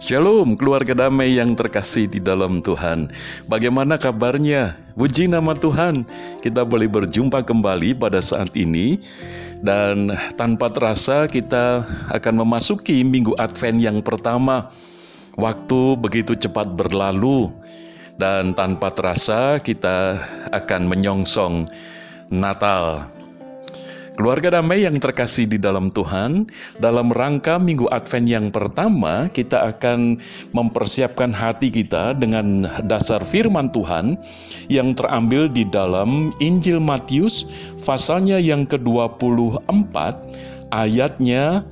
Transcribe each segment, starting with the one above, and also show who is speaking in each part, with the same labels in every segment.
Speaker 1: Shalom keluarga damai yang terkasih di dalam Tuhan. Bagaimana kabarnya? Puji nama Tuhan, kita boleh berjumpa kembali pada saat ini. Dan tanpa terasa kita akan memasuki minggu Advent yang pertama. Waktu begitu cepat berlalu. Dan tanpa terasa kita akan menyongsong Natal. Keluarga damai yang terkasih di dalam Tuhan, dalam rangka Minggu Advent yang pertama, kita akan mempersiapkan hati kita dengan dasar firman Tuhan yang terambil di dalam Injil Matius, pasalnya yang ke-24, ayatnya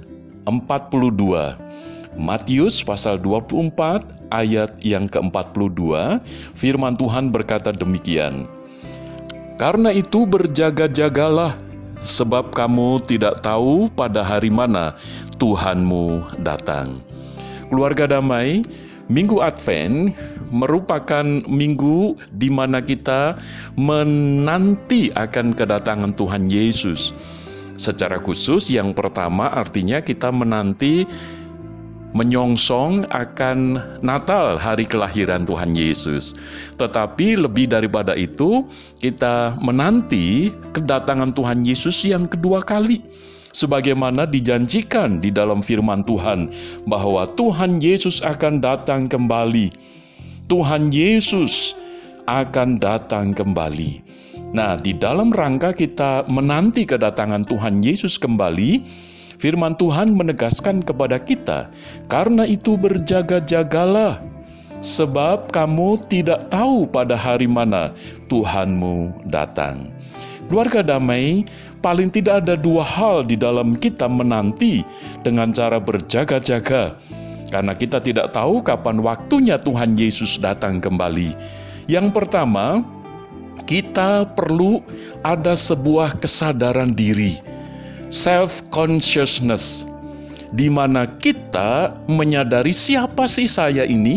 Speaker 1: 42. Matius pasal 24, ayat yang ke-42, firman Tuhan berkata demikian. Karena itu berjaga-jagalah, sebab kamu tidak tahu pada hari mana Tuhanmu datang. Keluarga damai, Minggu Advent merupakan minggu di mana kita menanti akan kedatangan Tuhan Yesus. Secara khusus, yang pertama artinya kita menanti menyongsong akan Natal, hari kelahiran Tuhan Yesus. Tetapi lebih daripada itu, kita menanti kedatangan Tuhan Yesus yang kedua kali. Sebagaimana dijanjikan di dalam firman Tuhan, bahwa Tuhan Yesus akan datang kembali. Tuhan Yesus akan datang kembali. Nah, di dalam rangka kita menanti kedatangan Tuhan Yesus kembali, firman Tuhan menegaskan kepada kita, karena itu berjaga-jagalah, sebab kamu tidak tahu pada hari mana Tuhanmu datang. Keluarga damai, paling tidak ada dua hal di dalam kita menanti dengan cara berjaga-jaga, karena kita tidak tahu kapan waktunya Tuhan Yesus datang kembali. Yang pertama, kita perlu ada sebuah kesadaran diri, self-consciousness, di mana kita menyadari siapa sih saya ini?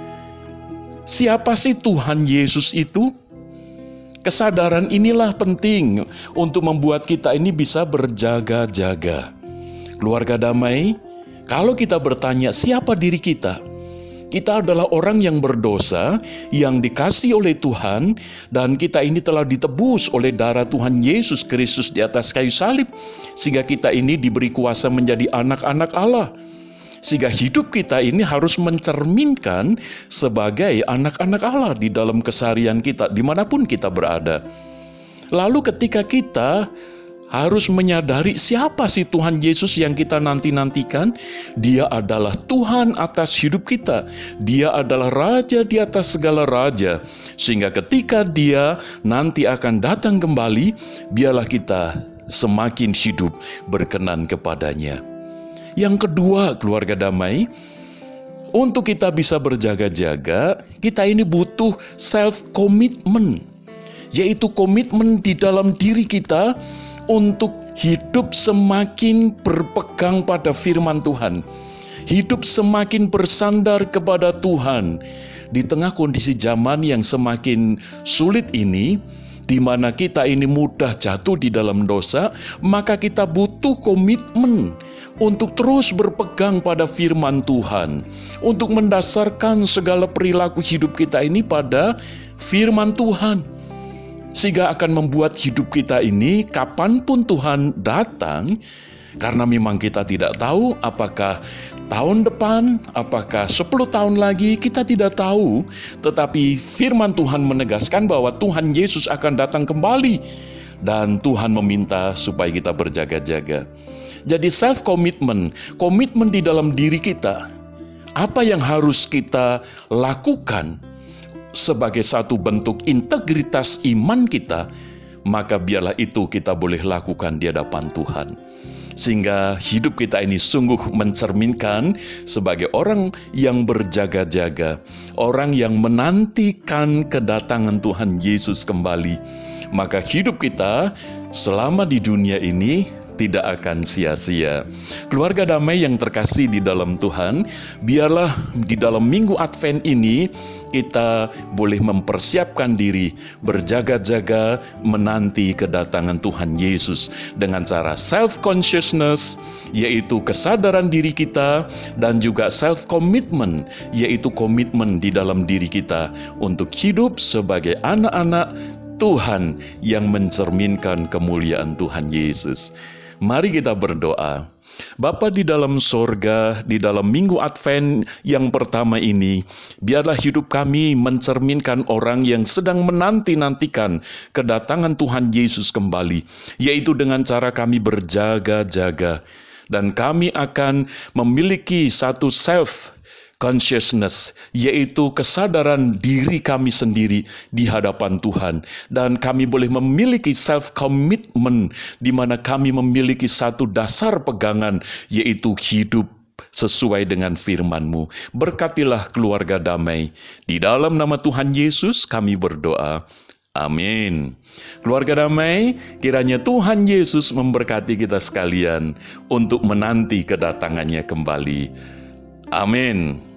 Speaker 1: Siapa sih Tuhan Yesus itu? Kesadaran inilah penting untuk membuat kita ini bisa berjaga-jaga. Keluarga damai, kalau kita bertanya siapa diri kita, kita adalah orang yang berdosa, yang dikasihi oleh Tuhan, dan kita ini telah ditebus oleh darah Tuhan Yesus Kristus di atas kayu salib, sehingga kita ini diberi kuasa menjadi anak-anak Allah. Sehingga hidup kita ini harus mencerminkan sebagai anak-anak Allah di dalam keseharian kita, dimanapun kita berada. Lalu ketika kita harus menyadari siapa sih Tuhan Yesus yang kita nanti-nantikan, Dia adalah Tuhan atas hidup kita. Dia adalah Raja di atas segala raja. Sehingga ketika Dia nanti akan datang kembali, biarlah kita semakin hidup berkenan kepadanya. Yang kedua, keluarga damai, untuk kita bisa berjaga-jaga, kita ini butuh self-commitment, yaitu komitmen di dalam diri kita untuk hidup semakin berpegang pada firman Tuhan, hidup semakin bersandar kepada Tuhan. Di tengah kondisi zaman yang semakin sulit ini, di mana kita ini mudah jatuh di dalam dosa, maka kita butuh komitmen untuk terus berpegang pada firman Tuhan, untuk mendasarkan segala perilaku hidup kita ini pada firman Tuhan, sehingga akan membuat hidup kita ini kapanpun Tuhan datang, karena memang kita tidak tahu apakah tahun depan, apakah 10 tahun lagi, kita tidak tahu. Tetapi firman Tuhan menegaskan bahwa Tuhan Yesus akan datang kembali, dan Tuhan meminta supaya kita berjaga-jaga. Jadi self-commitment, komitmen di dalam diri kita. Apa yang harus kita lakukan sebagai satu bentuk integritas iman kita, maka biarlah itu kita boleh lakukan di hadapan Tuhan. Sehingga hidup kita ini sungguh mencerminkan sebagai orang yang berjaga-jaga, orang yang menantikan kedatangan Tuhan Yesus kembali. Maka hidup kita selama di dunia ini tidak akan sia-sia. Keluarga damai yang terkasih di dalam Tuhan, biarlah di dalam minggu Advent ini kita boleh mempersiapkan diri, berjaga-jaga menanti kedatangan Tuhan Yesus dengan cara self-consciousness, yaitu kesadaran diri kita, dan juga self-commitment, yaitu komitmen di dalam diri kita untuk hidup sebagai anak-anak Tuhan yang mencerminkan kemuliaan Tuhan Yesus. Mari kita berdoa. Bapa di dalam sorga, di dalam minggu Advent yang pertama ini, biarlah hidup kami mencerminkan orang yang sedang menanti-nantikan kedatangan Tuhan Yesus kembali, yaitu dengan cara kami berjaga-jaga. Dan kami akan memiliki satu self-consciousness, yaitu kesadaran diri kami sendiri di hadapan Tuhan. Dan kami boleh memiliki self-commitment, di mana kami memiliki satu dasar pegangan, yaitu hidup sesuai dengan firman-Mu. Berkatilah keluarga damai. Di dalam nama Tuhan Yesus kami berdoa. Amin. Keluarga damai, kiranya Tuhan Yesus memberkati kita sekalian untuk menanti kedatangannya kembali. Amin.